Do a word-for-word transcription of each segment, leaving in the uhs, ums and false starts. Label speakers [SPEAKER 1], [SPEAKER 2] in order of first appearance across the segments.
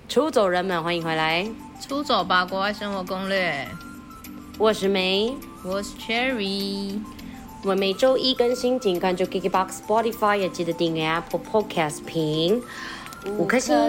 [SPEAKER 1] 出走人们，欢迎回来！
[SPEAKER 2] 出走吧，国外生活攻略。
[SPEAKER 1] 我是梅，
[SPEAKER 2] 我是 Cherry。
[SPEAKER 1] 我们每周一更新，请关注 K K B O X、Spotify， 也记得订阅 Apple Podcast 评五颗星。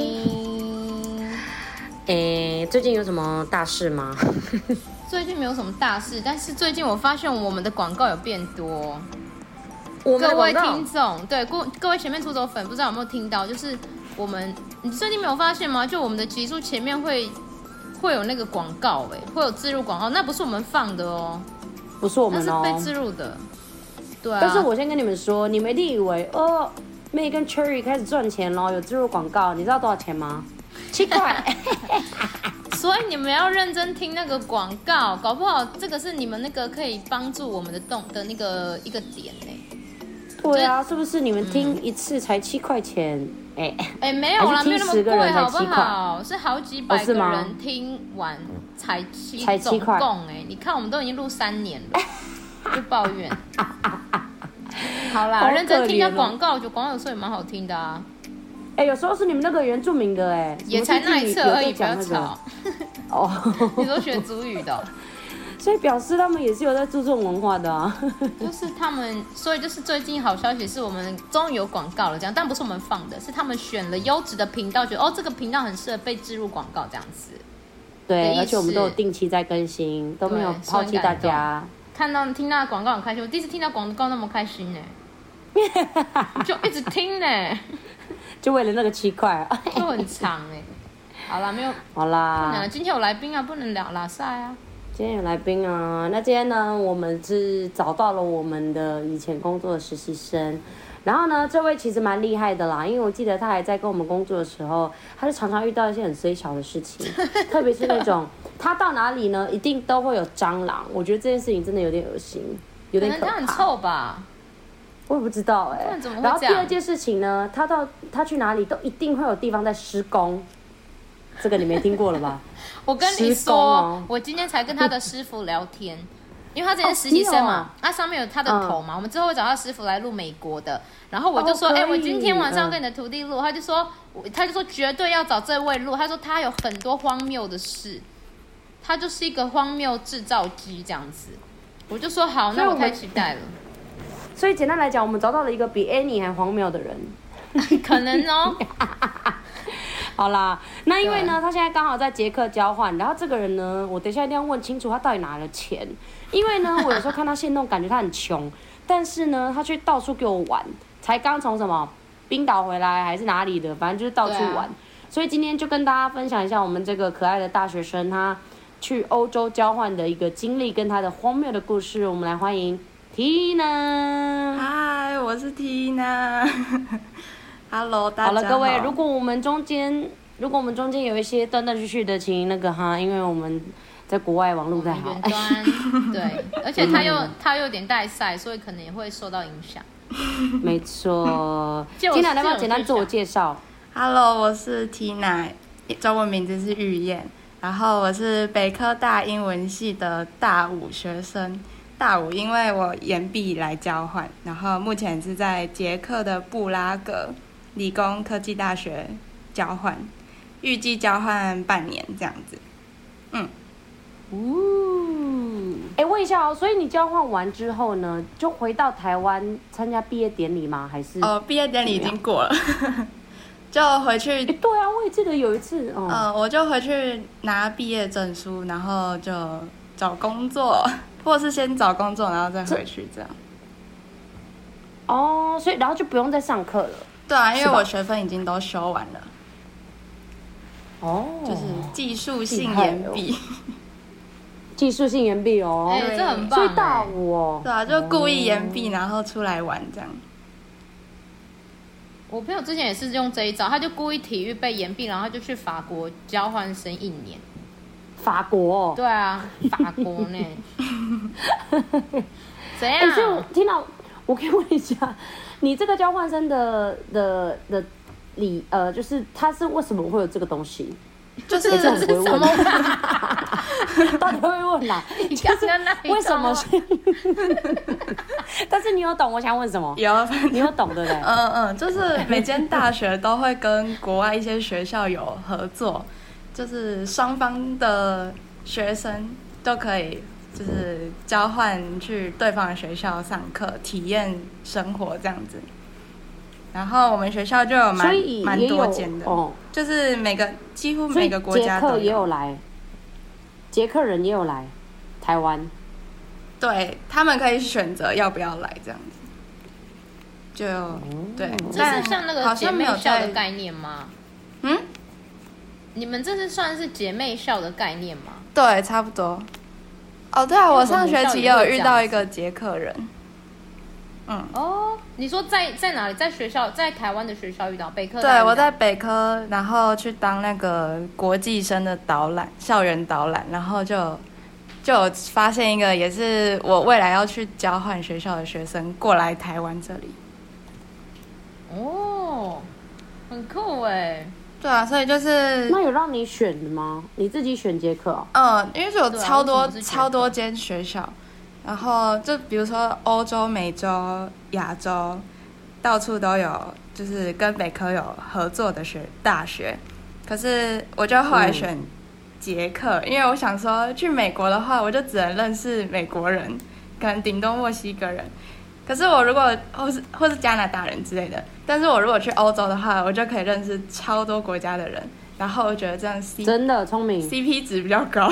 [SPEAKER 1] 诶，最近有什么大事吗？
[SPEAKER 2] 最近没有什么大事，但是最近我发现我们的广告有变多。
[SPEAKER 1] 我们
[SPEAKER 2] 各位听众，对各各位前面出走粉，不知道有没有听到？就是我们，你最近没有发现吗？就我们的集数前面会会有那个广告，哎，会有置入广告，那不是我们放的哦，
[SPEAKER 1] 不是我们哦，
[SPEAKER 2] 那是被置入的。对啊。
[SPEAKER 1] 但是我先跟你们说，你们一定以为哦，May 跟 Cherry 开始赚钱咯，有置入广告，你知道多少钱吗？七块。
[SPEAKER 2] 所以你们要认真听那个广告，搞不好这个是你们那个可以帮助我们的动的那个一个点呢。
[SPEAKER 1] 对啊，是不是你们听一次才七块钱？哎、嗯、
[SPEAKER 2] 哎、欸，没有啦，没有那么贵，好不好？是好几百个人听完才七，才七块。总共哎，你看我们都已经录三年了，就抱怨。好啦，好认真听一下广告，我觉得广告有时候也蛮好听的啊。
[SPEAKER 1] 哎、欸，有时候是你们那个原住民的哎、欸，
[SPEAKER 2] 也才那一侧而已，不要吵。
[SPEAKER 1] 哦，
[SPEAKER 2] 你都学族语的、哦。
[SPEAKER 1] 所以表示他们也是有在注重文化的啊，
[SPEAKER 2] 就是他们，所以就是最近好消息是我们终于有广告了，这样，但不是我们放的，是他们选了优质的频道，觉得哦这个频道很适合被置入广告这样子。
[SPEAKER 1] 对，而且我们都有定期在更新，都没有抛弃大家。
[SPEAKER 2] 看到听到广告很开心，我第一次听到广告那么开心呢，就一直听呢，
[SPEAKER 1] 就为了那个七块，
[SPEAKER 2] 就很长哎。好啦，没有，
[SPEAKER 1] 好啦，
[SPEAKER 2] 不能，今天有来宾啊，不能聊拉塞啊。
[SPEAKER 1] 今天有来宾啊，那今天呢，我们是找到了我们的以前工作的实习生，然后呢，这位其实蛮厉害的啦，因为我记得他还在跟我们工作的时候，他就常常遇到一些很衰小的事情，特别是那种他到哪里呢，一定都会有蟑螂，我觉得这件事情真的有点恶心，有点可怕。
[SPEAKER 2] 可能他很臭吧？
[SPEAKER 1] 我也不知道哎、欸。然后第二件事情呢，他到他去哪里都一定会有地方在施工。这个你没听过了吧？
[SPEAKER 2] 我跟你说、哦，我今天才跟他的师傅聊天，因为他之前是实习生嘛，他、哦哦、上面有他的头嘛、嗯，我们之后会找他师傅来录美国的。然后我就说，哎、哦欸，我今天晚上要跟你的徒弟录、嗯，他就说，他就说绝对要找这位录。他说他有很多荒谬的事，他就是一个荒谬制造机这样子。我就说好，那我太期待了。
[SPEAKER 1] 所以简单来讲，我们找到了一个比 Annie 还荒谬的人，
[SPEAKER 2] 可能哦。
[SPEAKER 1] 好啦，那因为呢，他现在刚好在捷克交换，然后这个人呢，我等一下一定要问清楚他到底拿了钱，因为呢，我有时候看他限动，感觉他很穷，但是呢，他却到处给我玩，才刚从什么冰岛回来还是哪里的，反正就是到处玩，啊、所以今天就跟大家分享一下我们这个可爱的大学生他去欧洲交换的一个经历跟他的荒谬的故事，我们来欢迎 Tina。
[SPEAKER 3] 嗨，我是 Tina。Hello， 大家好。
[SPEAKER 1] 好了，各位，如果我们中间，如果我们中间有一些断断续续的，请那个哈，因为我们在国外网络不太好。
[SPEAKER 2] 远端，对，而且他又他又有点带赛，所以可能也会受到影响。
[SPEAKER 1] 没错。Tina， 要不要简单自我介绍
[SPEAKER 3] ？Hello， 我是 Tina， 中文名字是玉燕，然后我是北科大英文系的大五学生。大五，因为我延毕来交换，然后目前是在捷克的布拉格理工科技大学交换，预计交换半年这样子。嗯，
[SPEAKER 1] 哦，哎，问一下哦，所以你交换完之后呢，就回到台湾参加毕业典礼吗？还是？
[SPEAKER 3] 哦，毕业典礼已经过了，就回去。
[SPEAKER 1] 对啊，我也记得有一次。嗯、
[SPEAKER 3] 呃，我就回去拿毕业证书，然后就找工作，或是先找工作，然后再回去这样。
[SPEAKER 1] 哦，所以然后就不用再上课了。
[SPEAKER 3] 对啊，因为我学分已经都修完了。
[SPEAKER 1] 哦，
[SPEAKER 3] 就是技术性延毕。哦、
[SPEAKER 1] 技术性延毕哦，
[SPEAKER 2] 哎、欸，这很棒。
[SPEAKER 1] 所以大五哦。
[SPEAKER 3] 对啊，就故意延毕，然后出来玩这样。
[SPEAKER 2] 我朋友之前也是用这一招，他就故意体育被延毕，然后他就去法国交换生一年。
[SPEAKER 1] 法国？
[SPEAKER 2] 对啊，法国呢。怎样？
[SPEAKER 1] 哎、欸，所以我听到，我可以问一下。你这个交换生的的的理呃，就是他是为什么会有这个东西？
[SPEAKER 3] 就是
[SPEAKER 1] 欸、这种不会问，到底会问啦？
[SPEAKER 2] 你刚刚那一
[SPEAKER 1] 为什么？但是你有懂我想问什么？
[SPEAKER 3] 有，
[SPEAKER 1] 你有懂对不对？
[SPEAKER 3] 嗯嗯，就是每间大学都会跟国外一些学校有合作，就是双方的学生都可以就是交换去对方的学校上课，体验生活这样子。然后我们学校就有蛮蛮多间的、哦，就是每个几乎每个国家都有。
[SPEAKER 1] 捷克也有来，捷克人也有来台湾，
[SPEAKER 3] 对他们可以选择要不要来这样子。就、嗯、对，
[SPEAKER 2] 这是像那个姐妹校的概念吗？
[SPEAKER 3] 嗯，
[SPEAKER 2] 你们这是算是姐妹校的概念吗？
[SPEAKER 3] 对，差不多。哦，对啊，我上学期也有遇到一个捷克人。嗯
[SPEAKER 2] 哦，你说在在哪里？在学校，在台湾的学校遇到北科？
[SPEAKER 3] 对，我在北科，然后去当那个国际生的导览，校园导览，然后就就有发现一个也是我未来要去交换学校的学生过来台湾这里。
[SPEAKER 2] 哦，很酷哎。
[SPEAKER 3] 对啊，所以就是
[SPEAKER 1] 那有让你选的吗？你自己选捷克哦？
[SPEAKER 3] 嗯，因为是有超多、
[SPEAKER 2] 啊、
[SPEAKER 3] 超多间学校。然后就比如说欧洲、美洲、亚洲，到处都有，就是跟北科有合作的学大学。可是我就后来选捷克、嗯，因为我想说去美国的话，我就只能认识美国人，可能顶多墨西哥人。可是我如果或是或是加拿大人之类的，但是我如果去欧洲的话，我就可以认识超多国家的人。然后我觉得这样 C
[SPEAKER 1] 真的聪明
[SPEAKER 3] ，C P 值比较高。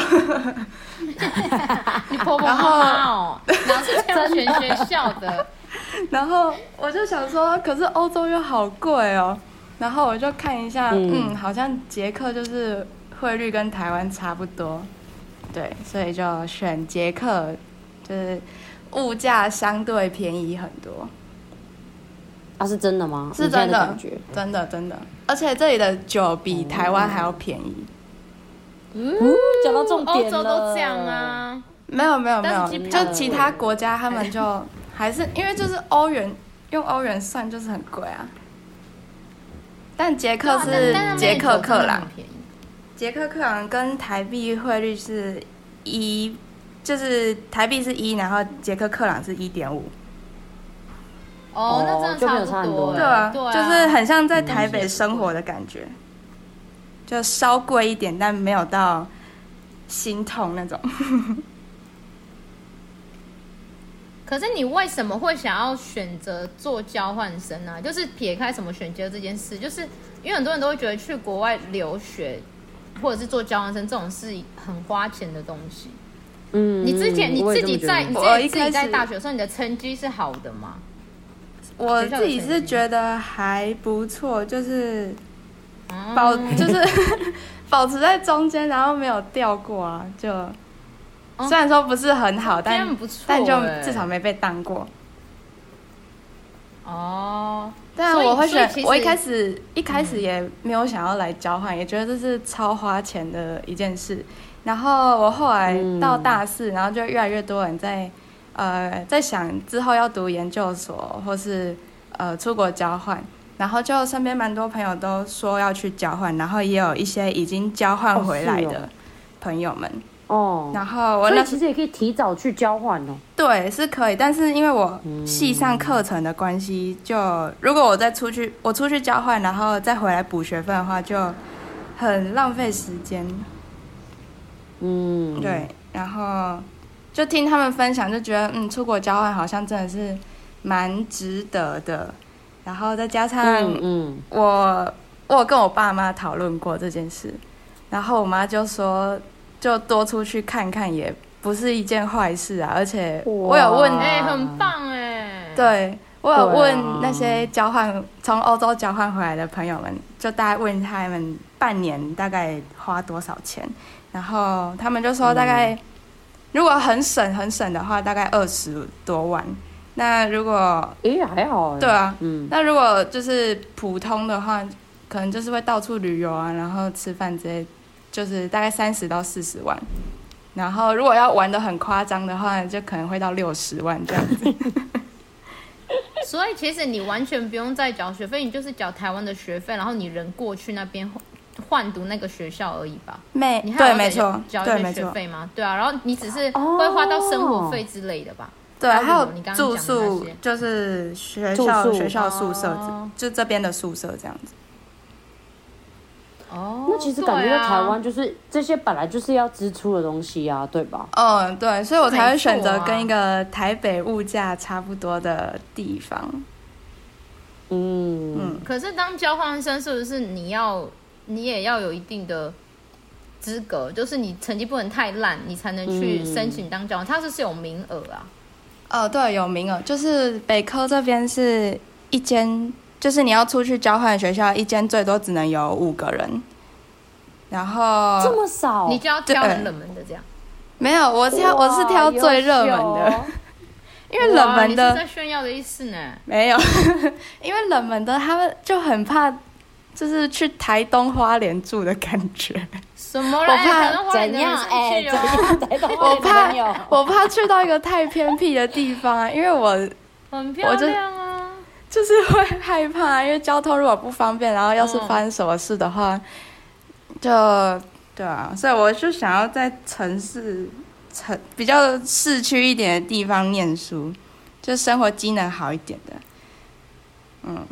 [SPEAKER 2] 你婆婆妈妈哦，然后是这样选学校的。
[SPEAKER 3] 然后我就想说，可是欧洲又好贵哦。然后我就看一下，嗯，嗯好像捷克就是汇率跟台湾差不多，对，所以就选捷克，就是物价相对便宜很多。
[SPEAKER 1] 啊，是真的吗？
[SPEAKER 3] 是真的，
[SPEAKER 1] 感觉
[SPEAKER 3] 真的真的，而且这里的酒比台湾还要便宜。
[SPEAKER 1] 嗯，讲到重点了，
[SPEAKER 2] 欧洲都这样啊。
[SPEAKER 3] 没有没有没有，就其他国家他们就还是因为就是欧元，用欧元算就是很贵啊。但捷克是捷克克朗，捷克克朗跟台币汇率是一，就是台币是一，然后捷克克朗是一点五。
[SPEAKER 2] 哦，那真的差不多。
[SPEAKER 3] 对啊，对啊，就是很像在台北生活的感觉，就稍贵一点，但没有到心痛那种。
[SPEAKER 2] 可是你为什么会想要选择做交换生呢、啊？就是撇开什么选择这件事，就是因为很多人都会觉得去国外留学或者是做交换生这种是很花钱的东西。嗯，你之前你自己在你自己自己在大学的时候，你的成绩是好的吗？
[SPEAKER 3] 我自己是觉得还不错，就是保、嗯、就是保持在中间，然后没有掉过啊。就、哦、虽然说不是很好，但但就至少没被当过。
[SPEAKER 2] 哦，
[SPEAKER 3] 但我会选。我一开始一开始也没有想要来交换、嗯，也觉得这是超花钱的一件事。然后我后来到大四，然后就越来越多人在。呃，在想之后要读研究所，或是呃出国交换，然后就身边蛮多朋友都说要去交换，然后也有一些已经交换回来的朋友们。哦，然后我那
[SPEAKER 1] 所以其实也可以提早去交换哦。
[SPEAKER 3] 对，是可以，但是因为我系上课程的关系，就如果我再出去，我出去交换，然后再回来补学分的话，就很浪费时间。嗯，对，然后。就听他们分享，就觉得嗯，出国交换好像真的是蛮值得的。然后再加上我，嗯嗯、我有跟我爸妈讨論過這件事，然後我媽就說，就多出去看看也不是一件壞事啊。而且我有問，
[SPEAKER 2] 哎、欸，很棒哎。
[SPEAKER 3] 對，我有問那些交換從歐洲交換回來的朋友們，就大概問他們半年大概花多少錢，然後他們就說大概。嗯如果很省很省的話，大概二十多萬。那如果
[SPEAKER 1] 誒、欸、還好，
[SPEAKER 3] 對啊，嗯，那如果就是普通的話，可能就是會到處旅遊啊，然後吃飯之類，就是大概三十到四十萬。然後如果要玩得很誇張的話，就可能會到六十萬這樣子。
[SPEAKER 2] 所以其實你完全不用再繳學費，你就是繳台灣的學費，然後你人過去那邊换读那个学校而已吧？
[SPEAKER 3] 没，
[SPEAKER 2] 你还
[SPEAKER 3] 对，没错，
[SPEAKER 2] 交一些学费吗？对啊，然后你只是会花到生活费之类的吧？
[SPEAKER 3] 对，还有
[SPEAKER 2] 你刚刚
[SPEAKER 3] 住宿，就是学校学校宿舍，哦、就这边的宿舍这样子。
[SPEAKER 2] 哦，
[SPEAKER 1] 那其实感觉在台湾就是、啊、这些本来就是要支出的东西啊，对吧？
[SPEAKER 3] 嗯，对，所以我才会选择跟一个台北物价差不多的地方。
[SPEAKER 1] 嗯
[SPEAKER 2] 嗯。可是当交换生，是不是你要你也要有一定的资格，就是你成绩不能太烂，你才能去申请当交换？它是不是有名额啊？
[SPEAKER 3] 哦，对，有名额，就是北科这边是一间。就是你要出去交换学校，一间最多只能有五个人，然后
[SPEAKER 1] 这么少，
[SPEAKER 2] 你就要挑很冷门的这样。
[SPEAKER 3] 没有，我挑我是挑最热门的，因为冷门的
[SPEAKER 2] 你是在炫耀的意思呢？
[SPEAKER 3] 没有，因为冷门的他们就很怕，就是去台东花莲住的感觉。
[SPEAKER 2] 什么啦？我怕
[SPEAKER 1] 怎样？哎、欸，
[SPEAKER 3] 我怕我怕去到一个太偏僻的地方啊，因为我
[SPEAKER 2] 很漂亮啊。
[SPEAKER 3] 就是会害怕，因为交通如果不方便，然后要是发生什么事的话，嗯、就对啊，所以我就想要在城市、城比较市区一点的地方念书，就生活机能好一点的。嗯。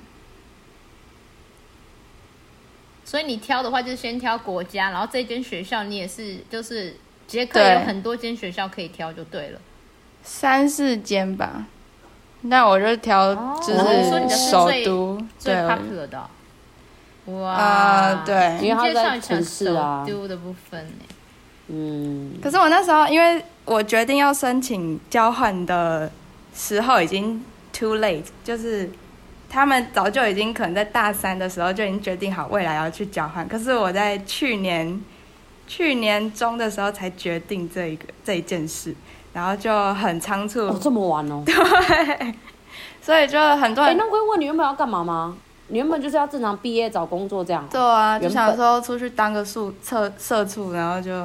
[SPEAKER 2] 所以你挑的话，就是先挑国家，然后这间学校你也是，就是捷克有很多间学校可以挑，就对了。
[SPEAKER 3] 三四间吧。那我就挑就是首都，
[SPEAKER 2] 最 popular 的、哦，哇、
[SPEAKER 3] 呃，对，
[SPEAKER 1] 因为它在城市啊，
[SPEAKER 2] 首都的部分
[SPEAKER 3] 嗯。可是我那时候，因为我决定要申请交换的时候已经 too late， 就是他们早就已经可能在大三的时候就已经决定好未来要去交换，可是我在去年去年中的时候才决定这一个这一件事。然后就很仓促，
[SPEAKER 1] 哦，这么晚哦。
[SPEAKER 3] 对，所以就很多人。
[SPEAKER 1] 哎，那会问你原本要干嘛吗？你原本就是要正常毕业找工作这样。
[SPEAKER 3] 对啊，就想说出去当个社社社畜，然后就。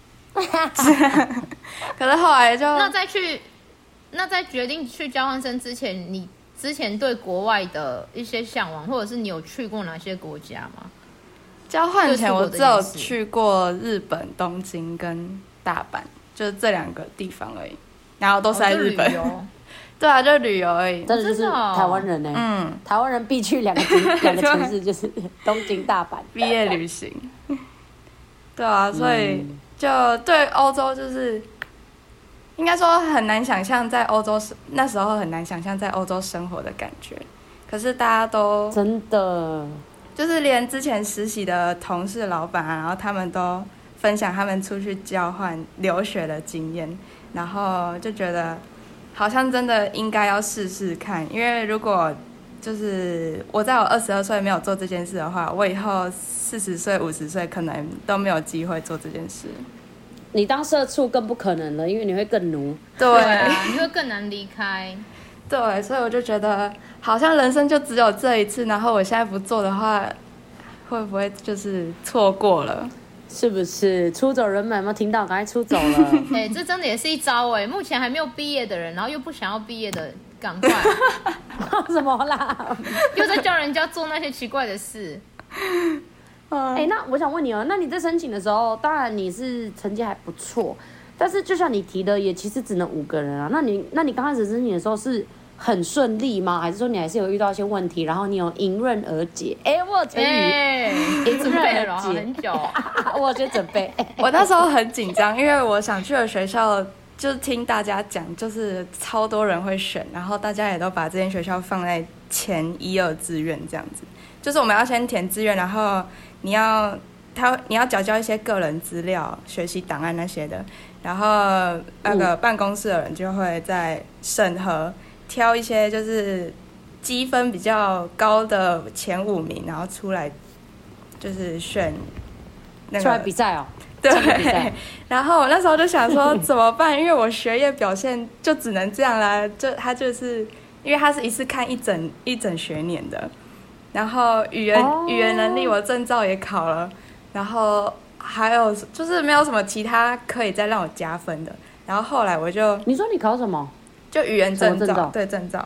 [SPEAKER 3] 可是后来就。
[SPEAKER 2] 那在去，那在决定去交换生之前，你之前对国外的一些向往，或者是你有去过哪些国家吗？
[SPEAKER 3] 交换前我只有去过日本东京跟大阪。就是这两个地方而已，然后都是在日本。哦、对啊，就旅游而已。
[SPEAKER 1] 真的就是台湾人呢、欸，嗯，台湾人必去两个两个城市，就是东京、大阪。
[SPEAKER 3] 毕业旅行。对啊，所以就对欧洲就是，应该说很难想象在欧洲那时候很难想象在欧洲生活的感觉。可是大家都
[SPEAKER 1] 真的，
[SPEAKER 3] 就是连之前实习的同事、老板啊，然后他们都。分享他们出去交换留学的经验，然后就觉得好像真的应该要试试看，因为如果就是我在我二十二岁没有做这件事的话，我以后四十岁、五十岁可能都没有机会做这件事。
[SPEAKER 1] 你当社畜更不可能了，因为你会更奴。
[SPEAKER 3] 对，
[SPEAKER 2] 对啊，你会更难离开。
[SPEAKER 3] 对，所以我就觉得好像人生就只有这一次，然后我现在不做的话，会不会就是错过了？
[SPEAKER 1] 是不是出走人们有没有听到？赶快出走了！
[SPEAKER 2] 哎、欸，这真的也是一招哎、欸。目前还没有毕业的人，然后又不想要毕业的，赶快！
[SPEAKER 1] 什么啦？
[SPEAKER 2] 又在叫人家做那些奇怪的事。
[SPEAKER 1] 哎、欸，那我想问你哦，那你在申请的时候，当然你是成绩还不错，但是就像你提的，也其实只能五个人啊。那你那你刚开始申请的时候是很顺利吗？还是说你还是有遇到一些问题，然后你有迎刃而解？哎、欸，我有成语，
[SPEAKER 2] 欸、
[SPEAKER 1] 迎刃而解，
[SPEAKER 2] 很久，
[SPEAKER 1] 我先准备。
[SPEAKER 3] 我那时候很紧张，因为我想去的学校，就是听大家讲，就是超多人会选，然后大家也都把这间学校放在前一二志愿这样子。就是我们要先填志愿，然后你要他你要缴交一些个人资料、学习档案那些的，然后那个办公室的人就会在审核。挑一些就是积分比较高的前五名，然后出来就是选那个
[SPEAKER 1] 出来比赛哦。
[SPEAKER 3] 对，然后我那时候就想说怎么办，因为我学业表现就只能这样啦。就他就是因为他是一次看一整一整学年的，然后语言、oh. 语言能力我证照也考了，然后还有就是没有什么其他可以再让我加分的。然后后来我就
[SPEAKER 1] 你说你考什么？
[SPEAKER 3] 就语言证照，对证照，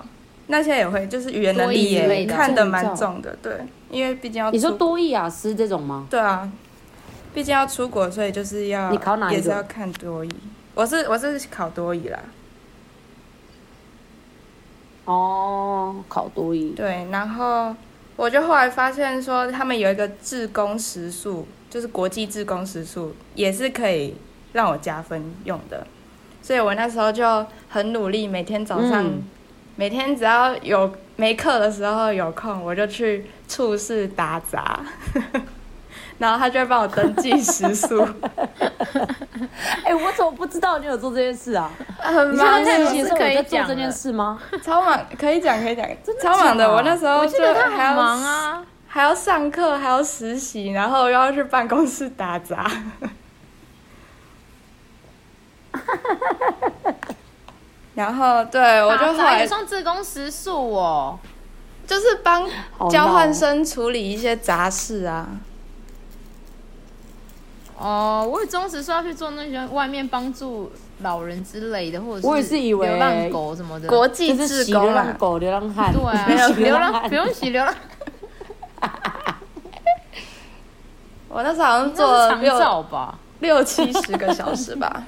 [SPEAKER 3] 那些也会，就是语言能力也看得蛮重的，对，因为毕竟要
[SPEAKER 1] 你说多益雅思这种吗？
[SPEAKER 3] 对啊，毕竟要出国，所以就是要
[SPEAKER 1] 你考哪一个？
[SPEAKER 3] 也是要看多益。我是我是考多益啦。
[SPEAKER 1] 哦，考多益。
[SPEAKER 3] 对，然后我就后来发现说，他们有一个志工时数，就是国际志工时数，也是可以让我加分用的。所以我那时候就很努力，每天早上。嗯每天只要有没课的时候有空，我就去处室打杂，然后他就会帮我登记时数。
[SPEAKER 1] 哎、欸，我怎么不知道你有做这件事啊？
[SPEAKER 3] 很忙，
[SPEAKER 1] 你现在是可以做这件事吗？
[SPEAKER 3] 超忙，可以讲可以讲，超忙的。我那时候就还要
[SPEAKER 2] 忙啊，
[SPEAKER 3] 还要上课，还要实习，然后又要去办公室打杂。然后对我就后来
[SPEAKER 2] 也算志工时数哦，
[SPEAKER 3] 就是帮交换生处理一些杂事啊。
[SPEAKER 2] 哦，我以为忠实说要去做那些外面帮助老人之类的，或者是
[SPEAKER 1] 我也是以为
[SPEAKER 2] 流浪狗什么的，
[SPEAKER 3] 国际志工
[SPEAKER 1] 流浪狗、流浪汉，
[SPEAKER 2] 对啊，没有流浪，不用洗流浪。
[SPEAKER 3] 我那时候好像做了六
[SPEAKER 2] 照吧，
[SPEAKER 3] 六七十个小时吧。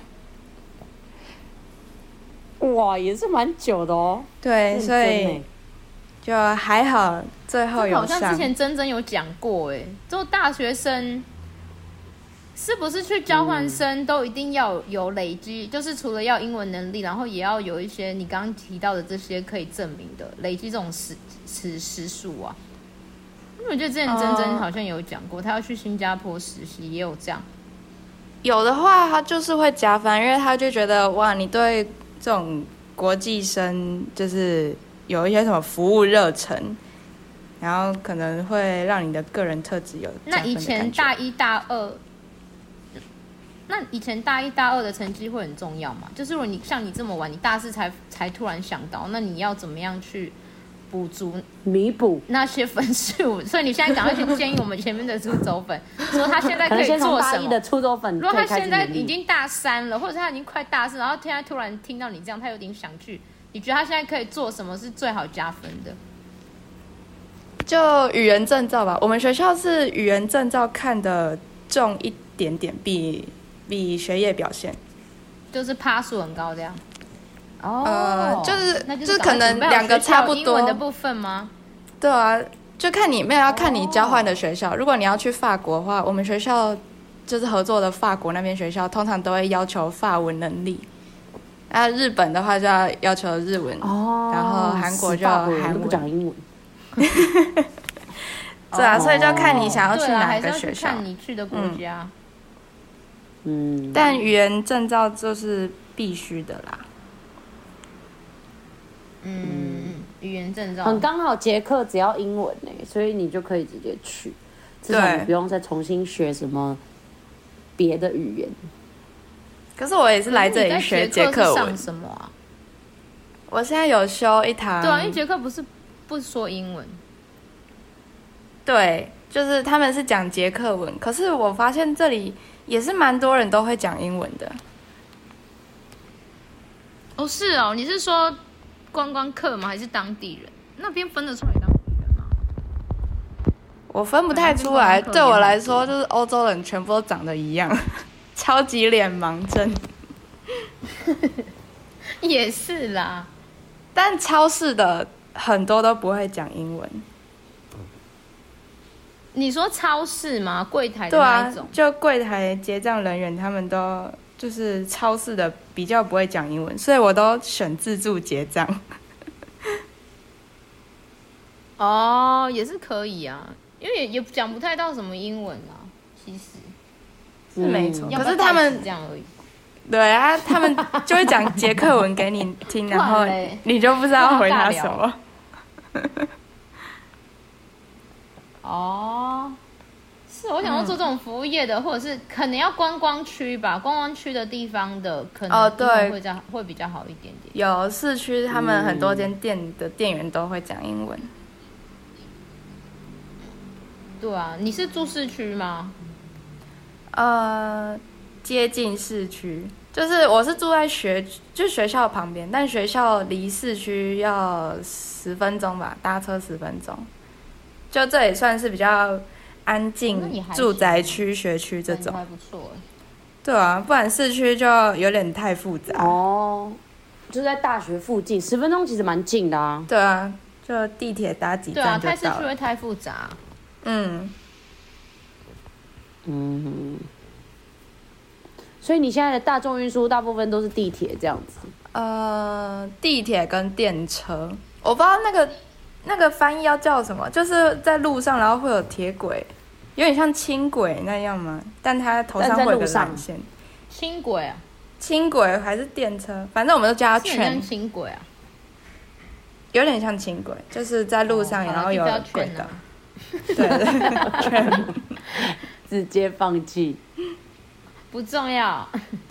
[SPEAKER 1] 哇，也是蛮久的哦。
[SPEAKER 3] 对，所以就还好，最后有上。
[SPEAKER 2] 好像之前真真有讲过，哎，就大学生是不是去交换生都一定要有累积，嗯、就是除了要英文能力，然后也要有一些你刚刚提到的这些可以证明的累积这种时时时数啊。因为我觉得之前真真好像有讲过，他要去新加坡实习，也有这样。
[SPEAKER 3] 有的话，他就是会加分，因为他就觉得哇，你对这种国际生就是有一些什么服务热忱，然后可能会让你的个人特质有加分的感觉。
[SPEAKER 2] 那以前大一大二，那以前大一大二的成绩会很重要嘛？就是如果你像你这么晚，你大四才才突然想到，那你要怎么样去补足
[SPEAKER 1] 弥补
[SPEAKER 2] 那些分数？所以你现在赶快去建议我们前面的出走粉，说他现在可以做什么？
[SPEAKER 1] 的出走粉，
[SPEAKER 2] 如果他现在已经大三了，或者他已经快大四，然后现在突然听到你这样，他有点想去，你觉得他现在可以做什么是最好加分的？
[SPEAKER 3] 就语言证照吧，我们学校是语言证照看的重一点点，比比学业表现，
[SPEAKER 2] 就是趴数很高这样。
[SPEAKER 3] 哦，呃，就是那就是可能两个差不多。
[SPEAKER 2] 英文的部分吗？
[SPEAKER 3] 对啊，就看你没有要看你交换的学校。Oh. 如果你要去法国的话，我们学校就是合作的法国那边学校，通常都会要求法文能力。啊，日本的话就要要求日文， oh, 然后韩国就韩文，
[SPEAKER 1] 都不讲英文。
[SPEAKER 3] 对啊， oh. 所以就看你想要去哪个学校，
[SPEAKER 2] 看你去的国家。
[SPEAKER 3] 嗯，但语言证照就是必须的啦。
[SPEAKER 2] 嗯，语言证照
[SPEAKER 1] 很刚好，捷克只要英文呢，所以你就可以直接去，至少你不用再重新学什么别的语言。
[SPEAKER 3] 可是我也是来这里学捷克文。
[SPEAKER 2] 上什么啊？
[SPEAKER 3] 我现在有修一堂。
[SPEAKER 2] 对啊，因为捷克不是不说英文。
[SPEAKER 3] 对，就是他们是讲捷克文，可是我发现这里也是蛮多人都会讲英文的。
[SPEAKER 2] 哦，是哦，你是说观光客吗？还是当地人？那边分得出来当地人吗？
[SPEAKER 3] 我分不太出来，对我来说，就是欧洲人全部都长得一样，超级脸盲症。
[SPEAKER 2] 也是啦，
[SPEAKER 3] 但超市的很多都不会讲英文。
[SPEAKER 2] 你说超市吗？柜台的那一种？
[SPEAKER 3] 对啊，就柜台结账人员他们都就是超市的比较不会讲英文，所以我都选自助结账。
[SPEAKER 2] 哦，也是可以啊，因为也也讲不太到什么英文啊，其实
[SPEAKER 3] 是没错。
[SPEAKER 2] 嗯、
[SPEAKER 3] 可是他们
[SPEAKER 2] 这样而已。
[SPEAKER 3] 对啊，他们就会讲捷克文给你听，然后你就不知道回他什么。
[SPEAKER 2] 哦，是我想要做这种服务业的，嗯、或者是可能要观光区吧，观光区的地方的可能英文会较、哦、会比较好一点点。
[SPEAKER 3] 有市区，他们很多间店的店员都会讲英文。
[SPEAKER 2] 对啊，你是住市区吗？
[SPEAKER 3] 呃，接近市区， 就是我是住在学就学校旁边，但学校离市区要十分钟吧，搭车十分钟。就这也算是比较安静住宅区、学区这种，
[SPEAKER 2] 还不错。
[SPEAKER 3] 对啊，不然市区就有点太复杂。
[SPEAKER 1] 哦，就在大学附近，十分钟其实蛮近的啊。
[SPEAKER 3] 对啊，就地铁搭几站就到了。
[SPEAKER 2] 对啊，太市区会太复杂。
[SPEAKER 3] 嗯
[SPEAKER 1] 嗯。所以你现在的大众运输大部分都是地铁这样子？
[SPEAKER 3] 呃，地铁跟电车，我不知道那个那个翻译要叫什么，就是在路上，然后会有铁轨，有点像轻轨那样嘛，但它头上会有个缆线。
[SPEAKER 2] 轻轨啊？
[SPEAKER 3] 轻轨还是电车？反正我们都叫它圈。
[SPEAKER 2] 轻轨啊？
[SPEAKER 3] 有点像轻轨，就是在路上，哦、然后有轨道。
[SPEAKER 2] 对
[SPEAKER 3] 对，圈，
[SPEAKER 1] 直接放弃。
[SPEAKER 2] 不重要，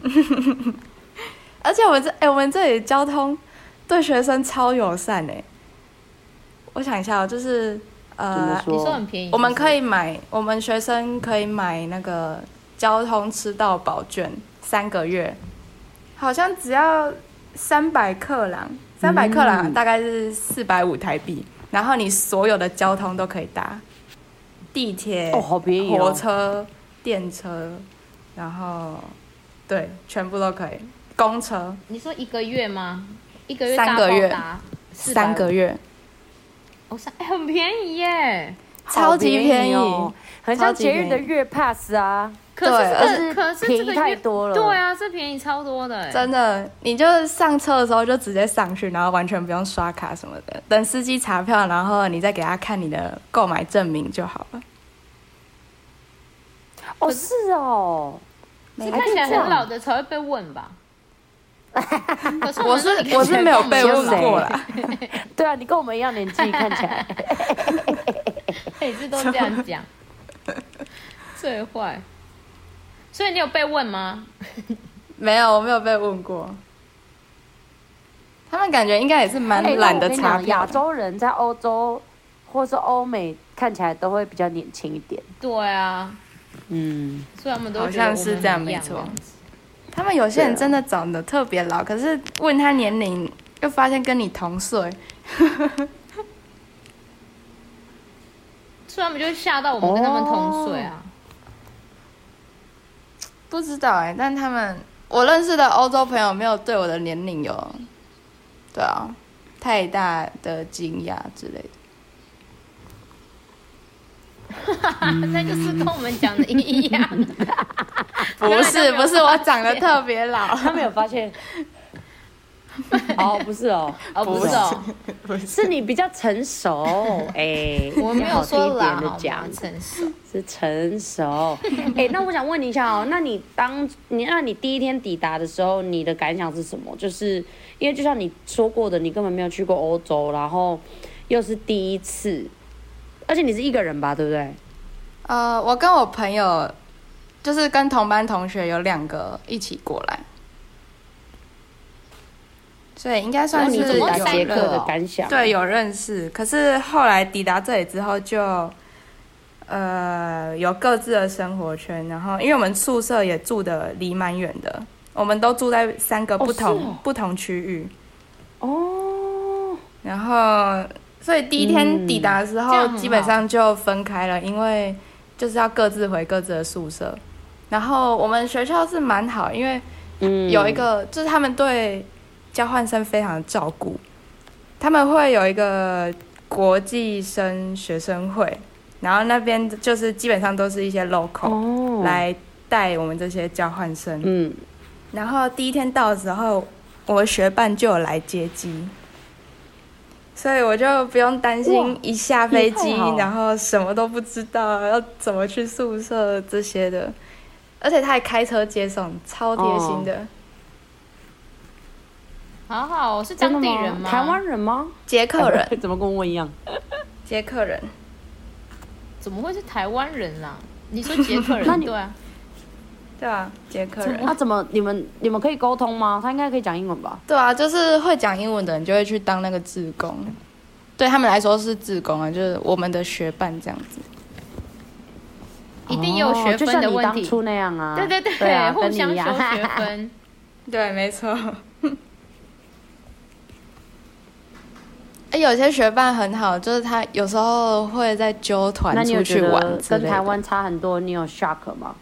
[SPEAKER 3] 而且我们这哎、欸，我们这里交通对学生超友善哎、欸。我想一下、喔，就是呃，
[SPEAKER 2] 你说很便宜是不是，
[SPEAKER 3] 我们可以买，我们学生可以买那个交通吃到饱券，三个月，好像只要三百克朗，三百克朗大概是四百五台币，然后你所有的交通都可以搭，地铁、
[SPEAKER 1] 哦，好便宜哦，
[SPEAKER 3] 火车、电车。然后，对，全部都可以。公车，
[SPEAKER 2] 你说一个月吗？一个月
[SPEAKER 3] 三个月，
[SPEAKER 2] 三
[SPEAKER 3] 个月，
[SPEAKER 2] 哦，三、欸、很便宜耶，
[SPEAKER 3] 超级便宜
[SPEAKER 1] 哦，很像节日的月 pass 啊。
[SPEAKER 2] 可是这个，可是
[SPEAKER 1] 便宜太多了。
[SPEAKER 2] 对啊，这便宜超多的。
[SPEAKER 3] 真的，你就上车的时候就直接上去，然后完全不用刷卡什么的，等司机查票，然后你再给他看你的购买证明就好了。
[SPEAKER 1] 哦，是哦，
[SPEAKER 2] 是看起来很老的才会被问吧？可是
[SPEAKER 3] 我是我是没有被问过啦。
[SPEAKER 1] 对啊，你跟我们一样年纪，看起来。
[SPEAKER 2] 每次都这样讲，最坏。所以你有被问吗？
[SPEAKER 3] 没有，我没有被问过。他们感觉应该也是蛮懒得查票。
[SPEAKER 1] 亚洲人在欧洲或是欧美看起来都会比较年轻一点。
[SPEAKER 2] 对啊。
[SPEAKER 1] 嗯，
[SPEAKER 2] 所以他们都
[SPEAKER 3] 好像是这样，没错。他们有些人真的长得特别老，可是问他年龄，又发现跟你同岁，
[SPEAKER 2] 所以他们就会吓到我们跟他们同岁啊。
[SPEAKER 3] 哦、不知道哎、欸，但他们我认识的欧洲朋友没有对我的年龄有，对啊，太大的惊讶之类的。
[SPEAKER 2] 那就是跟我们讲的一样。
[SPEAKER 3] 不是不是，我长得特别老，
[SPEAKER 1] 他没有发现。哦，不是哦，
[SPEAKER 2] 哦不是哦，
[SPEAKER 1] 是你比较成熟，哎、欸，
[SPEAKER 2] 我没有说老，
[SPEAKER 1] 的讲
[SPEAKER 2] 成熟
[SPEAKER 1] 是成熟。哎、欸，那我想问你一下哦，那你当你那你第一天抵达的时候，你的感想是什么？就是因为就像你说过的，你根本没有去过欧洲，然后又是第一次。而且你是一个人吧，对不对？
[SPEAKER 3] 呃，我跟我朋友，就是跟同班同学有两个一起过来，所以应该算是有
[SPEAKER 1] 捷克的感想。
[SPEAKER 3] 对，有认识。可是后来抵达这里之后就，呃，有各自的生活圈。然后，因为我们宿舍也住的离蛮远的，我们都住在三个不同、哦、不同区域。哦。然后。所以第一天抵达的时候，基本上就分开了，因为就是要各自回各自的宿舍。然后我们学校是蛮好，因为有一个、嗯、就是他们对交换生非常的照顾，他们会有一个国际生学生会，然后那边就是基本上都是一些 local 来带我们这些交换生。嗯，然后第一天到的时候，我的学伴就有来接机。所以我就不用担心一下飞机，然后什么都不知道要怎么去宿舍这些的，而且他还开车接送，超贴心的。
[SPEAKER 2] 哦、好好，是当地人吗？
[SPEAKER 1] 台湾人吗？
[SPEAKER 3] 捷克人、
[SPEAKER 1] 欸？怎么跟我一样？
[SPEAKER 3] 捷克人？
[SPEAKER 2] 怎么会是台湾人啦、啊？你说捷克人？对啊，
[SPEAKER 3] 对啊，捷克人。
[SPEAKER 1] 那、啊、怎么你们你们可以沟通吗？他应该可以讲英文吧？
[SPEAKER 3] 对啊，就是会讲英文的人就会去当那个志工，对他们来说是志工啊，就是我们的学伴这样子。
[SPEAKER 2] 一定有学分的问题，
[SPEAKER 1] 就像你当初那样啊。
[SPEAKER 2] 对对对，
[SPEAKER 1] 对啊、
[SPEAKER 2] 互相修学分。
[SPEAKER 3] 对，没错。哎，有些学伴很好，就是他有时候会在揪团出去玩之类的。
[SPEAKER 1] 跟台湾差很多，你有 shock 吗？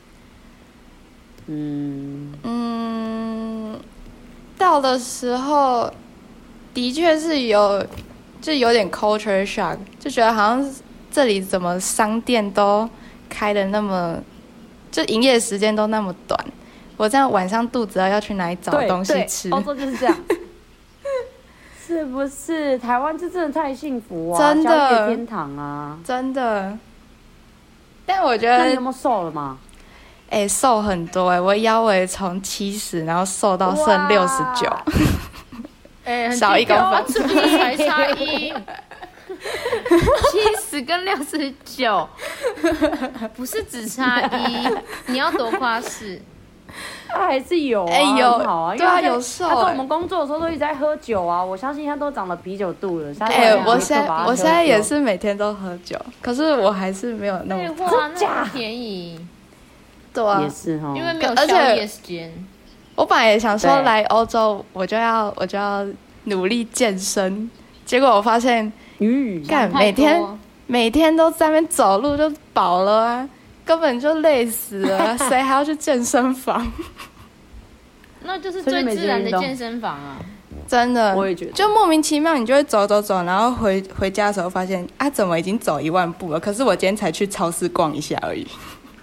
[SPEAKER 1] 嗯
[SPEAKER 3] 嗯，到的时候的确是有，就有点 culture shock， 就觉得好像这里怎么商店都开的那么，就营业时间都那么短，我这样晚上肚子饿要去哪里找东西吃？
[SPEAKER 1] 欧洲就是这样。是不是台湾这真的太幸福啊？
[SPEAKER 3] 真的，
[SPEAKER 1] 宵夜天堂啊！
[SPEAKER 3] 真的。但我觉得，
[SPEAKER 1] 那你有没有瘦了吗？
[SPEAKER 3] 哎、欸，瘦很多哎、欸，我腰围从七十，然后瘦到剩六十九，
[SPEAKER 2] 哎，
[SPEAKER 3] 少一公分，
[SPEAKER 2] 才差一，七十跟六十九，不是只差一，你要多夸饰。
[SPEAKER 1] 他还是有啊，
[SPEAKER 3] 哎、欸、有
[SPEAKER 1] 好啊，
[SPEAKER 3] 对啊，有瘦、欸。
[SPEAKER 1] 他跟我们工作的时候都一直在喝酒啊，我相信他都长了啤酒肚了。
[SPEAKER 3] 哎、欸，我现在我现在也是每天都喝酒，可是我还是没有那么
[SPEAKER 2] 胖。哇，那么便宜。
[SPEAKER 3] 对啊，
[SPEAKER 1] 也是哈，
[SPEAKER 2] 因为没有宵夜时间。
[SPEAKER 3] 我本来也想说来欧洲，我就要我就要努力健身，结果我发现，嗯，干每天每天都在那边走路就饱了啊。根本就累死了，谁还要去健身房？
[SPEAKER 2] 那就是最自然的健身房啊！
[SPEAKER 3] 真的，
[SPEAKER 1] 我也觉得，
[SPEAKER 3] 就莫名其妙，你就会走走走，然后回回家的时候发现啊，怎么已经走一万步了？可是我今天才去超市逛一下而已。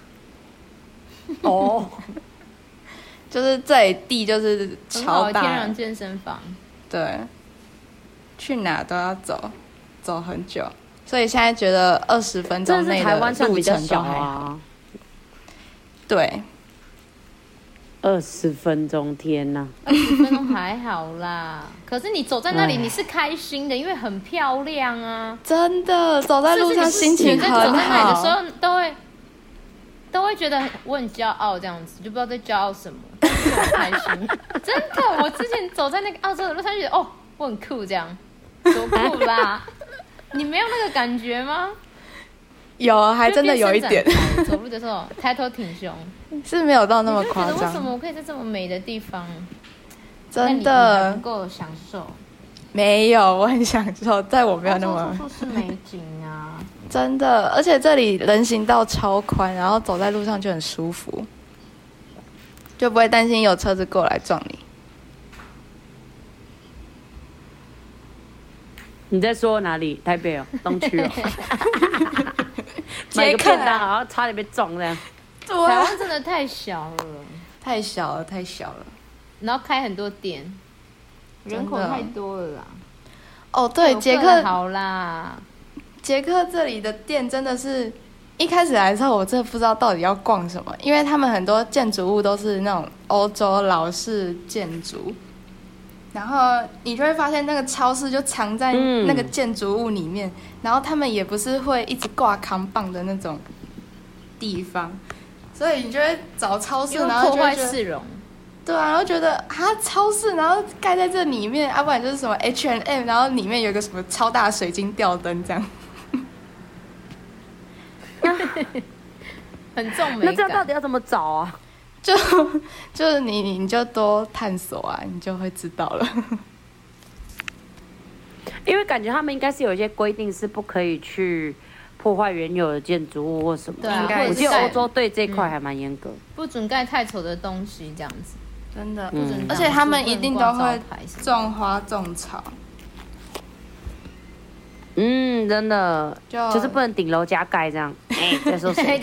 [SPEAKER 1] 哦，
[SPEAKER 3] 就是这里地就是超大，
[SPEAKER 2] 天然健身房。
[SPEAKER 3] 对，去哪都要走，走很久。所以现在觉得二十分钟内的路程都还好。对，
[SPEAKER 1] 二十分钟，天哪！
[SPEAKER 2] 二十分钟还好啦。可是你走在那里，你是开心的，因为很漂亮啊。
[SPEAKER 3] 真的，走在路上心情很好。
[SPEAKER 2] 走在那里的时候，都会都会觉得我很骄傲，这样子就不知道在骄傲什么，但是很开心。真的，我之前走在那个澳洲的路上，就觉得哦，我很酷，这样多酷啦。你没有那个感觉吗？
[SPEAKER 3] 有，还真的有一点。
[SPEAKER 2] 走路的时候抬头挺胸，
[SPEAKER 3] 是没有到那么夸张。
[SPEAKER 2] 为什么我可以在这么美的地方？
[SPEAKER 3] 真的
[SPEAKER 2] 能够享受？
[SPEAKER 3] 没有，我很享受，在我没有那么。
[SPEAKER 2] 处处是美景啊！
[SPEAKER 3] 真的，而且这里人行道超宽，然后走在路上就很舒服，就不会担心有车子过来撞你。
[SPEAKER 1] 你在说哪里？台北哦，东区哦。买个便当，好像差点被撞这样。
[SPEAKER 2] 台湾真的太小了，
[SPEAKER 3] 太小了，太小了。
[SPEAKER 2] 然后开很多店，人口太多了啦。
[SPEAKER 3] 哦，对，捷克
[SPEAKER 2] 好啦。
[SPEAKER 3] 捷克这里的店真的是，一开始来的时候我真的不知道到底要逛什么，因为他们很多建筑物都是那种欧洲老式建筑。然后你就会发现那个超市就藏在那个建筑物里面，嗯、然后他们也不是会一直挂扛棒的那种地方，所以你就会找超市，然后就
[SPEAKER 2] 破坏市容。
[SPEAKER 3] 对啊，然后觉得啊超市，然后盖在这里面，要、啊、不然就是什么 H and M， 然后里面有一个什么超大的水晶吊灯这样，
[SPEAKER 2] 很重美感。
[SPEAKER 1] 那这样到底要怎么找啊？
[SPEAKER 3] 就就是你你就多探索啊，你就会知道了。
[SPEAKER 1] 因为感觉他们应该是有一些规定，是不可以去破坏原有的建筑物或什么。
[SPEAKER 2] 对啊，
[SPEAKER 1] 我记得欧洲对这块还蛮严格、嗯，
[SPEAKER 2] 不准盖太丑的东西，这样子。
[SPEAKER 3] 真的，
[SPEAKER 1] 嗯、
[SPEAKER 3] 而且他们一定都会种花种草。
[SPEAKER 1] 嗯，真的，就就是不能顶楼加盖这样。哎、欸，在说谁？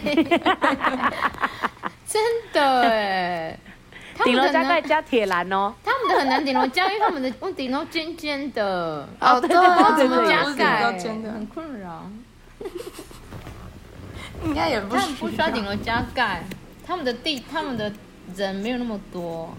[SPEAKER 2] 真的哎，
[SPEAKER 1] 顶楼加盖加铁栏哦。
[SPEAKER 2] 他们的很难顶楼加，因为他们的顶楼尖尖的。
[SPEAKER 3] 哦，对啊，
[SPEAKER 2] 怎么加盖？
[SPEAKER 3] 尖的，
[SPEAKER 2] 很困扰。
[SPEAKER 3] 应该也不。
[SPEAKER 2] 他们不需要顶楼加盖，他们的地，他们的人没有那么多。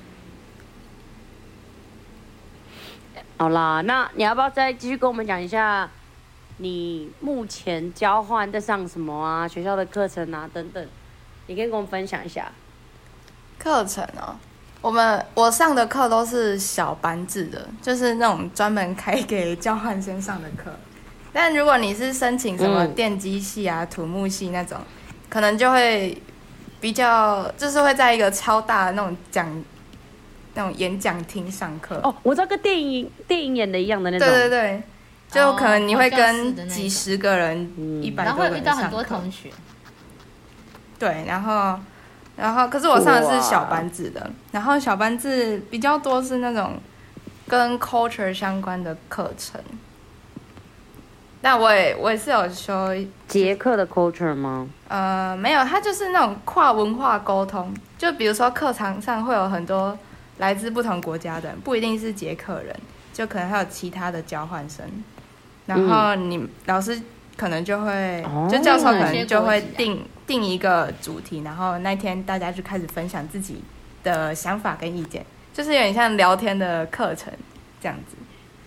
[SPEAKER 1] 好啦，那你要不要再继续跟我们讲一下，你目前交换在上什么啊？学校的课程啊，等等。你可以跟我们分享一下
[SPEAKER 3] 课程哦。我们我上的课都是小班制的，就是那种专门开给交换生上的课。但如果你是申请什么电机系啊、嗯、土木系那种，可能就会比较，就是会在一个超大的那种讲那种演讲厅上课。
[SPEAKER 1] 哦，我知道跟电影电影演的一样的那种。
[SPEAKER 3] 对对对，就可能你会跟几十个人、一百、
[SPEAKER 2] 哦、多个人上课，然后会遇到很多同学。
[SPEAKER 3] 对，然后然后可是我上的是小班制的，然后小班制比较多是那种跟 culture 相关的课程。但我也我也是有修
[SPEAKER 1] 捷克的 culture 吗？
[SPEAKER 3] 呃，没有，它就是那种跨文化沟通。就比如说课堂上会有很多来自不同国家的人，不一定是捷克人，就可能还有其他的交换生。然后你、嗯、老师可能就会，哦、就教授可能就会定定一个主题，然后那天大家就开始分享自己的想法跟意见，就是有点像聊天的课程这样子。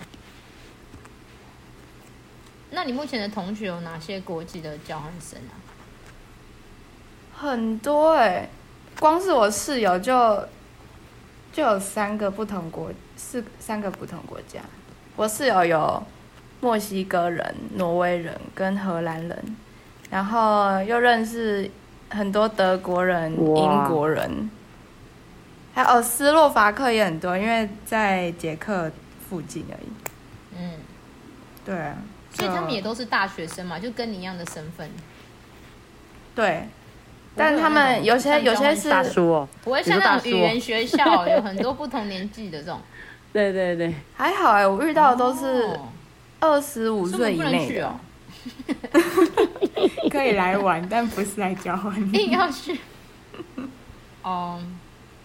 [SPEAKER 2] 那你目前的同学有哪些国籍的交换生啊？
[SPEAKER 3] 很多哎、欸，光是我室友就就有三个不同国，四三个不同国家。我室友有墨西哥人、挪威人跟荷兰人，然后又认识很多德国人、英国人，还有、哦、斯洛伐克也很多，因为在捷克附近而已。嗯，对啊。
[SPEAKER 2] 所以他们也都是大学生嘛，就跟你一样的身份。
[SPEAKER 3] 对，但他们有些有些是
[SPEAKER 1] 大叔哦，
[SPEAKER 2] 不会像那种语言学校有很多不同年纪的这种。
[SPEAKER 1] 对对对，
[SPEAKER 3] 还好哎、欸，我遇到的都是二十五岁以内的。哦、可以来玩，但不是来交换。
[SPEAKER 2] 硬要去。哦。um,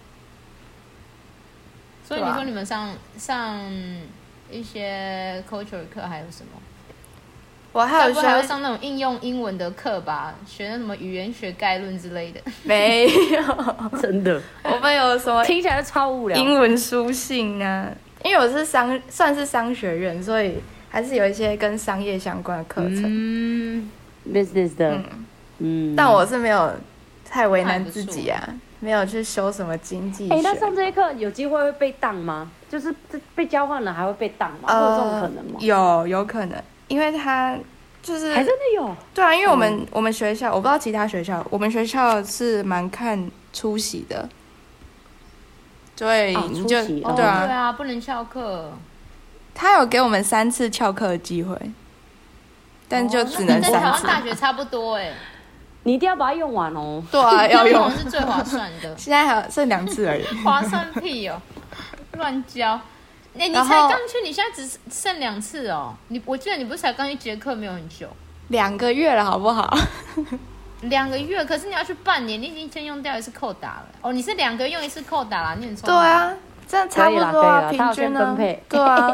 [SPEAKER 2] 所以你说你们上、啊、上一些 culture 课还有什么？
[SPEAKER 3] 我还有
[SPEAKER 2] 还要上那种应用英文的课吧，学那什么语言学概论之类的。
[SPEAKER 3] 没有，
[SPEAKER 1] 真的。
[SPEAKER 3] 我们有什么
[SPEAKER 1] 听起来超无聊。
[SPEAKER 3] 英文书信啊，因为我是商，算是商学院，所以还是有一些跟商业相关的课程。
[SPEAKER 1] 嗯 ，business 的。嗯。嗯
[SPEAKER 3] 但我是没有太为难自己啊，没有去修什么经济学。
[SPEAKER 1] 哎、欸，那上这些课有机会会被当吗？就是被交换了还会被当吗？呃、会有这种可能吗？
[SPEAKER 3] 有，有可能。因为他就是
[SPEAKER 1] 还真的有
[SPEAKER 3] 对啊，因为我们、嗯、我们学校我不知道其他学校，我们学校是蛮看出席的，对，
[SPEAKER 1] 哦、
[SPEAKER 3] 你就、
[SPEAKER 1] 哦、
[SPEAKER 3] 对啊，
[SPEAKER 2] 对啊，不能翘课。
[SPEAKER 3] 他有给我们三次翘课的机会，但就只能三次。
[SPEAKER 2] 跟台湾大学差不多哎、欸，
[SPEAKER 1] 你一定要把它用完哦。
[SPEAKER 3] 对啊，要用
[SPEAKER 2] 是最划算的。
[SPEAKER 3] 现在还剩两次而已。
[SPEAKER 2] 划算屁哦，乱教。哎、欸，你才刚去，你现在只剩两次哦。你我记得你不是才刚去捷克没有很久，
[SPEAKER 3] 两个月了好不好？
[SPEAKER 2] 两个月，可是你要去半年，你已经先用掉一次扣打了。哦，你是两个月用一次扣打啦，你很聪明。
[SPEAKER 3] 对啊，这样差不多啊，平均呢、啊。对啊。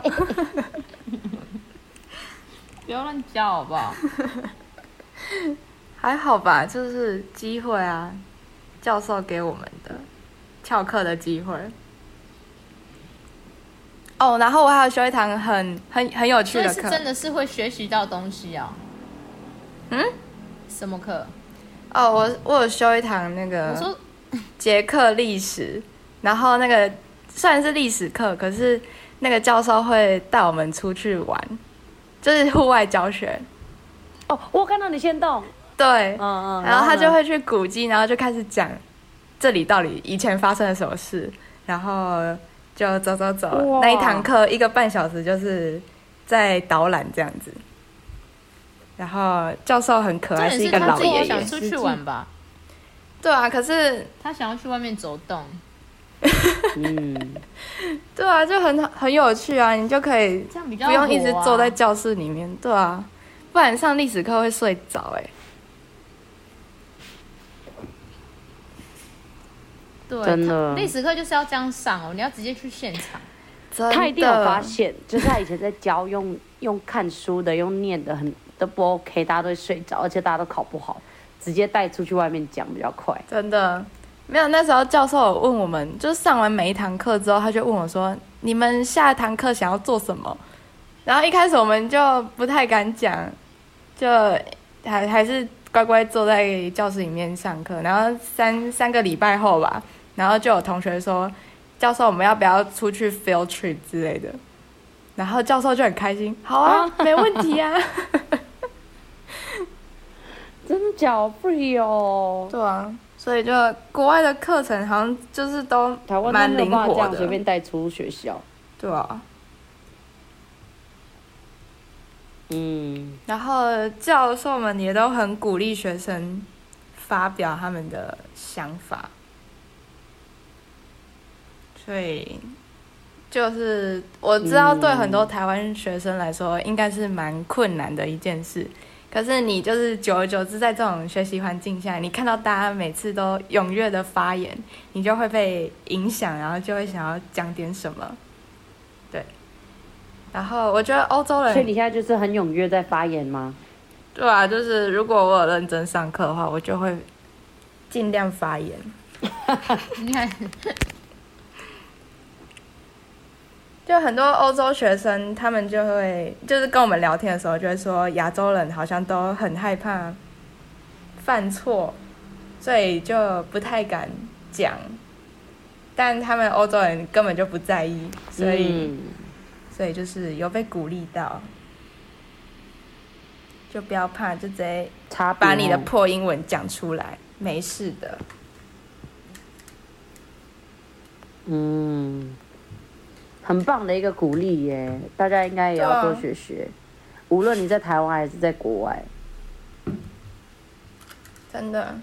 [SPEAKER 2] 不要乱教好不好？
[SPEAKER 3] 还好吧，就是机会啊，教授给我们的翘课的机会。哦，然后我还有修一堂很很很有趣的课，
[SPEAKER 2] 所以是真的是会学习到东西啊、哦。嗯？什么课？
[SPEAKER 3] 哦，我我有修一堂那个捷克历史，然后那个虽然是历史课，可是那个教授会带我们出去玩，就是户外教学。
[SPEAKER 1] 哦，我看到你先动。
[SPEAKER 3] 对，
[SPEAKER 1] 嗯嗯，
[SPEAKER 3] 然后他就会去古迹，然后就开始讲这里到底以前发生了什么事，然后。就走走走，那一堂课一个半小时就是在导览这样子，然后教授很可爱，是一个老爷爷。
[SPEAKER 2] 想出去玩吧？
[SPEAKER 3] 对啊，可是
[SPEAKER 2] 他想要去外面走动。
[SPEAKER 1] 嗯，
[SPEAKER 3] 对啊，就很很有趣啊，你就可以不用一直坐在教室里面，对啊，不然上历史课会睡着哎、欸。
[SPEAKER 2] 对，
[SPEAKER 1] 真的，
[SPEAKER 2] 历史课就是要这样上哦，你要直接去现场。
[SPEAKER 1] 他一定有发现，就是他以前在教用用看书的、用念的很都不 OK， 大家都会睡着，而且大家都考不好，直接带出去外面讲比较快。
[SPEAKER 3] 真的，没有那时候教授有问我们，就是上完每一堂课之后，他就问我说：“你们下一堂课想要做什么？”然后一开始我们就不太敢讲，就还还是乖乖坐在教室里面上课。然后三三个礼拜后吧。然后就有同学说，教授我们要不要出去 field trip 之类的，然后教授就很开心，好啊，没问题啊。
[SPEAKER 1] 真的假 free 哦？
[SPEAKER 3] 对啊， 所以就国外的课程好像就是都
[SPEAKER 1] 台湾
[SPEAKER 3] 蛮灵活的，
[SPEAKER 1] 这样随便带出学校。
[SPEAKER 3] 对啊。
[SPEAKER 1] 嗯，
[SPEAKER 3] 然后教授们也都很鼓励学生发表他们的想法，所以就是我知道对很多台湾学生来说应该是蛮困难的一件事，可是你就是久而久之在这种学习环境下，你看到大家每次都踊跃的发言，你就会被影响，然后就会想要讲点什么。对，然后我觉得欧洲人，
[SPEAKER 1] 所以你现在就是很踊跃在发言吗？
[SPEAKER 3] 对啊，就是如果我有认真上课的话，我就会尽量发言。
[SPEAKER 2] 你看，
[SPEAKER 3] 就很多欧洲学生，他们就会就是跟我们聊天的时候，就会说亚洲人好像都很害怕犯错，所以就不太敢讲。但他们欧洲人根本就不在意，所以、嗯、所以就是有被鼓励到，就不要怕，就直接把你的破英文讲出来，没事的。
[SPEAKER 1] 嗯，很棒的一个鼓励耶，大家应该也要多学学，无论你在台湾还是在国外，
[SPEAKER 3] 真的。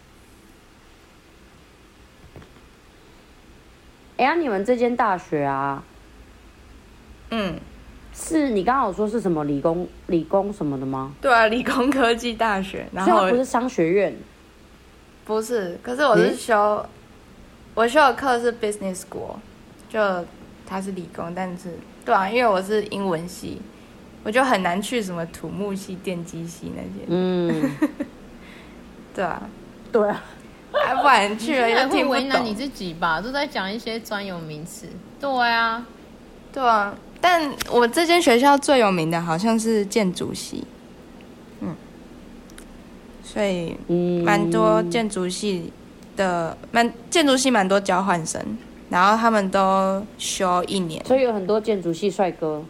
[SPEAKER 1] 哎呀，你们这间大学啊，
[SPEAKER 3] 嗯，
[SPEAKER 1] 是你刚刚有说是什么理工理工什么的吗？
[SPEAKER 3] 对啊，理工科技大学，然后
[SPEAKER 1] 所以它不是商学院，
[SPEAKER 3] 不是，可是我是修，我修的课是 business school， 就它是理工，但是对啊，因为我是英文系，我就很难去什么土木系、电机系那些，
[SPEAKER 1] 嗯，
[SPEAKER 3] 对啊，
[SPEAKER 1] 对啊。
[SPEAKER 3] 啊，不然去了又听不懂。
[SPEAKER 2] 为难你自己吧，都在讲一些专有名词。对啊，
[SPEAKER 3] 对啊，但我这间学校最有名的好像是建筑系，嗯，所以蛮多建筑系的，蛮建筑系蛮多交换生，然后他们都修一年，
[SPEAKER 1] 所以有很多建筑系帅哥。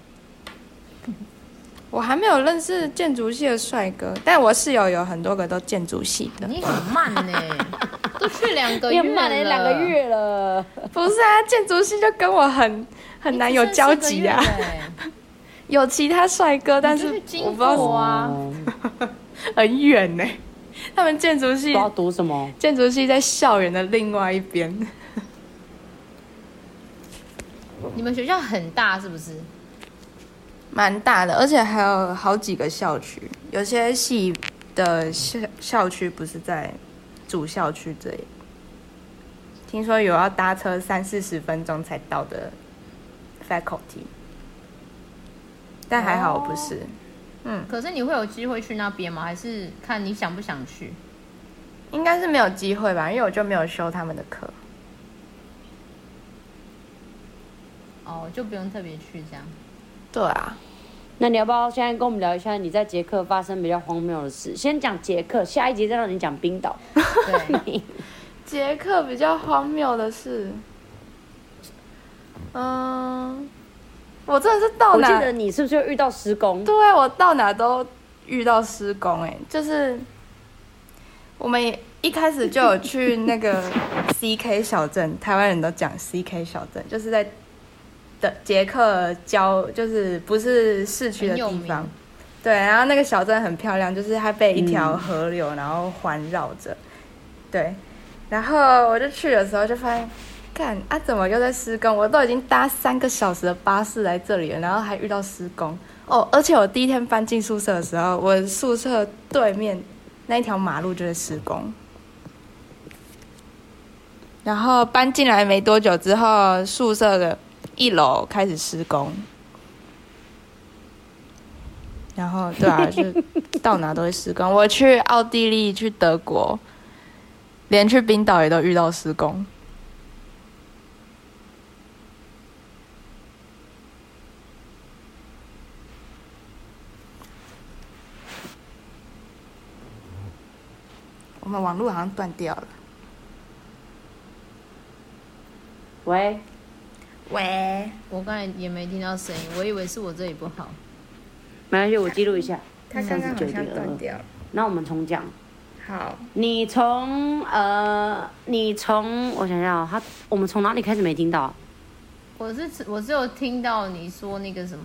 [SPEAKER 3] 我还没有认识建筑系的帅哥，但我室友有很多个都建筑系的。
[SPEAKER 2] 你很慢呢、欸，都去两个月了。
[SPEAKER 1] 你很慢了，两个月了。
[SPEAKER 3] 不是啊，建筑系就跟我很很难有交集啊。
[SPEAKER 2] 欸、
[SPEAKER 3] 有其他帅哥，但是我不知道
[SPEAKER 2] 啊，
[SPEAKER 3] 很远呢、欸。他们建筑系
[SPEAKER 1] 不知道读什么？
[SPEAKER 3] 建筑系在校园的另外一边。
[SPEAKER 2] 你们学校很大是不是？
[SPEAKER 3] 蛮大的，而且还有好几个校区，有些系的校校区不是在主校区这里。听说有要搭车三四十分钟才到的 faculty， 但还好我不是。哦、
[SPEAKER 2] 嗯，可是你会有机会去那边吗？还是看你想不想去？
[SPEAKER 3] 应该是没有机会吧，因为我就没有修他们的课。
[SPEAKER 2] 哦，就不用特别去这样。
[SPEAKER 3] 对啊，
[SPEAKER 1] 那你要不要现在跟我们聊一下你在捷克发生比较荒谬的事？先讲捷克，下一集再让你讲冰岛。
[SPEAKER 2] 对，
[SPEAKER 3] 捷克比较荒谬的事，嗯，我真的是到哪，
[SPEAKER 1] 我记得你是不是有遇到施工？
[SPEAKER 3] 对啊，我到哪都遇到施工、欸，哎，就是我们一开始就有去那个 C K 小镇，台湾人都讲 C K 小镇，就是在。的捷克郊就是不是市区的地方，对，然后那个小镇很漂亮，就是它被一条河流然后环绕着，嗯、对，然后我就去的时候就发现，看啊怎么又在施工？我都已经搭三个小时的巴士来这里了，然后还遇到施工哦，而且我第一天搬进宿舍的时候，我宿舍对面那一条马路就在施工。然后搬进来没多久之后，宿舍的一楼开始施工，然后对啊，就到哪都会施工。我去奥地利、去德国，连去冰岛也都遇到施工。我们网络好像断掉了。
[SPEAKER 1] 喂。
[SPEAKER 3] 喂，
[SPEAKER 2] 我刚才也没听到声音，我以为是我这里不好。
[SPEAKER 1] 没关系，我记录一下。
[SPEAKER 3] 他刚刚好像断掉了。
[SPEAKER 1] 那我们重讲。
[SPEAKER 3] 好，
[SPEAKER 1] 你从呃，你从我想想、哦，他我们从哪里开始没听到？
[SPEAKER 2] 我是我是有听到你说那个什么，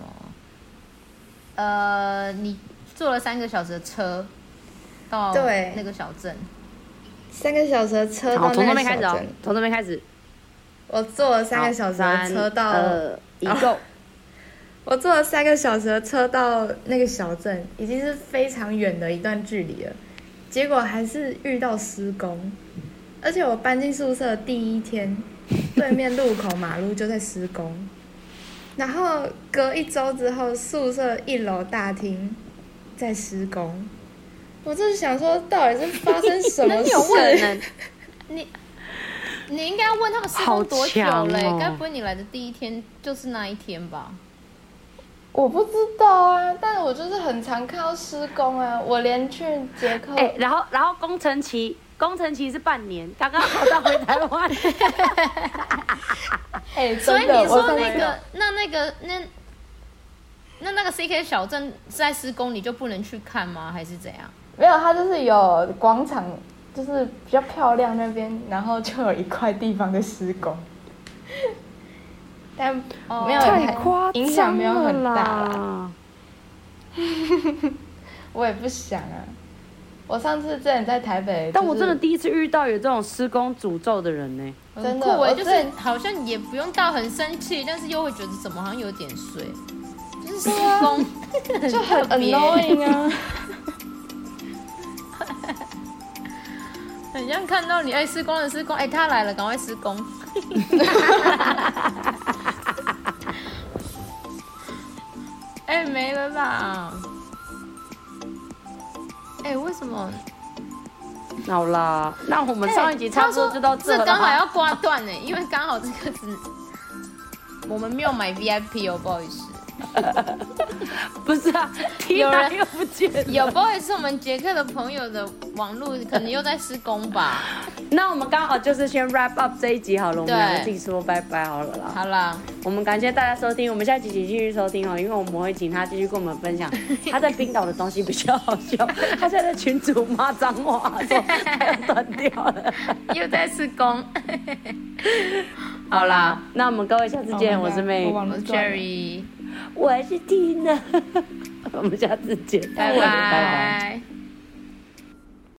[SPEAKER 2] 呃，你坐了三个小时的车到
[SPEAKER 3] 对
[SPEAKER 2] 那个小镇，
[SPEAKER 3] 三个小时的车到
[SPEAKER 1] 从
[SPEAKER 3] 那个小
[SPEAKER 1] 这边开始哦
[SPEAKER 3] 镇，，
[SPEAKER 1] 从这边开始。
[SPEAKER 3] 我坐了三个小时的车到，
[SPEAKER 1] 呃，一够。
[SPEAKER 3] 我坐了三个小时的车到那个小镇，已经是非常远的一段距离了。结果还是遇到施工，而且我搬进宿舍的第一天，对面路口马路就在施工。然后隔一周之后，宿舍一楼大厅在施工。我就是想说，到底是发生什么事？
[SPEAKER 2] 有可能你你应该要问他们施工多久嘞？
[SPEAKER 1] 哦、
[SPEAKER 2] 该不会你来的第一天就是那一天吧？
[SPEAKER 3] 我不知道啊，但是我就是很常看到施工啊，我连去捷克，
[SPEAKER 1] 哎、欸，然后然后工程期工程期是半年，刚刚好到回台湾。
[SPEAKER 3] 哎、欸，
[SPEAKER 2] 所以你说那个那那个那那那个 C K 小镇在施工，你就不能去看吗？还是怎样？
[SPEAKER 3] 没有，它就是有广场，就是比较漂亮那边，然后就有一块地方在施工。但没有
[SPEAKER 1] 太夸张了啦，
[SPEAKER 3] 影响没有很大啦。我也不想啊。我上次之前在台北、就是，
[SPEAKER 1] 但我真的第一次遇到有这种施工诅咒的人呢、
[SPEAKER 2] 欸，真的，我就是好像也不用到很生气，但是又会觉得怎么好像有点衰，就是施工、
[SPEAKER 3] 啊、就很 annoying 啊。
[SPEAKER 2] 很像看到你哎，施工了施工，哎，他来了，赶快施工。哎，没了啦！哎，为什么？
[SPEAKER 1] 好啦，那我们上一集差不多就到这了。
[SPEAKER 2] 这刚好要挂断呢，因为刚好这个是我们没有买 V I P 哦，不好意思。
[SPEAKER 1] 不是啊，有人又不见了。
[SPEAKER 2] 有，不好意思，我们捷克的朋友的网络可能又在施工吧。
[SPEAKER 1] 那我们刚好就是先 wrap up 这一集好了，我们两个自己说拜拜好了啦。
[SPEAKER 2] 好啦，
[SPEAKER 1] 我们感谢大家收听，我们下期请继续收听哦，因为我们会请他继续跟我们分享他在冰岛的东西比较好笑。他现在在群组骂脏话，说他要断掉了，
[SPEAKER 2] 又在施工。
[SPEAKER 1] 好啦，那我们各位下次见，
[SPEAKER 3] oh、
[SPEAKER 1] 我是妹，
[SPEAKER 2] 我是 Cherry，
[SPEAKER 1] 我是 Tina， 我们下次见，
[SPEAKER 2] 拜拜。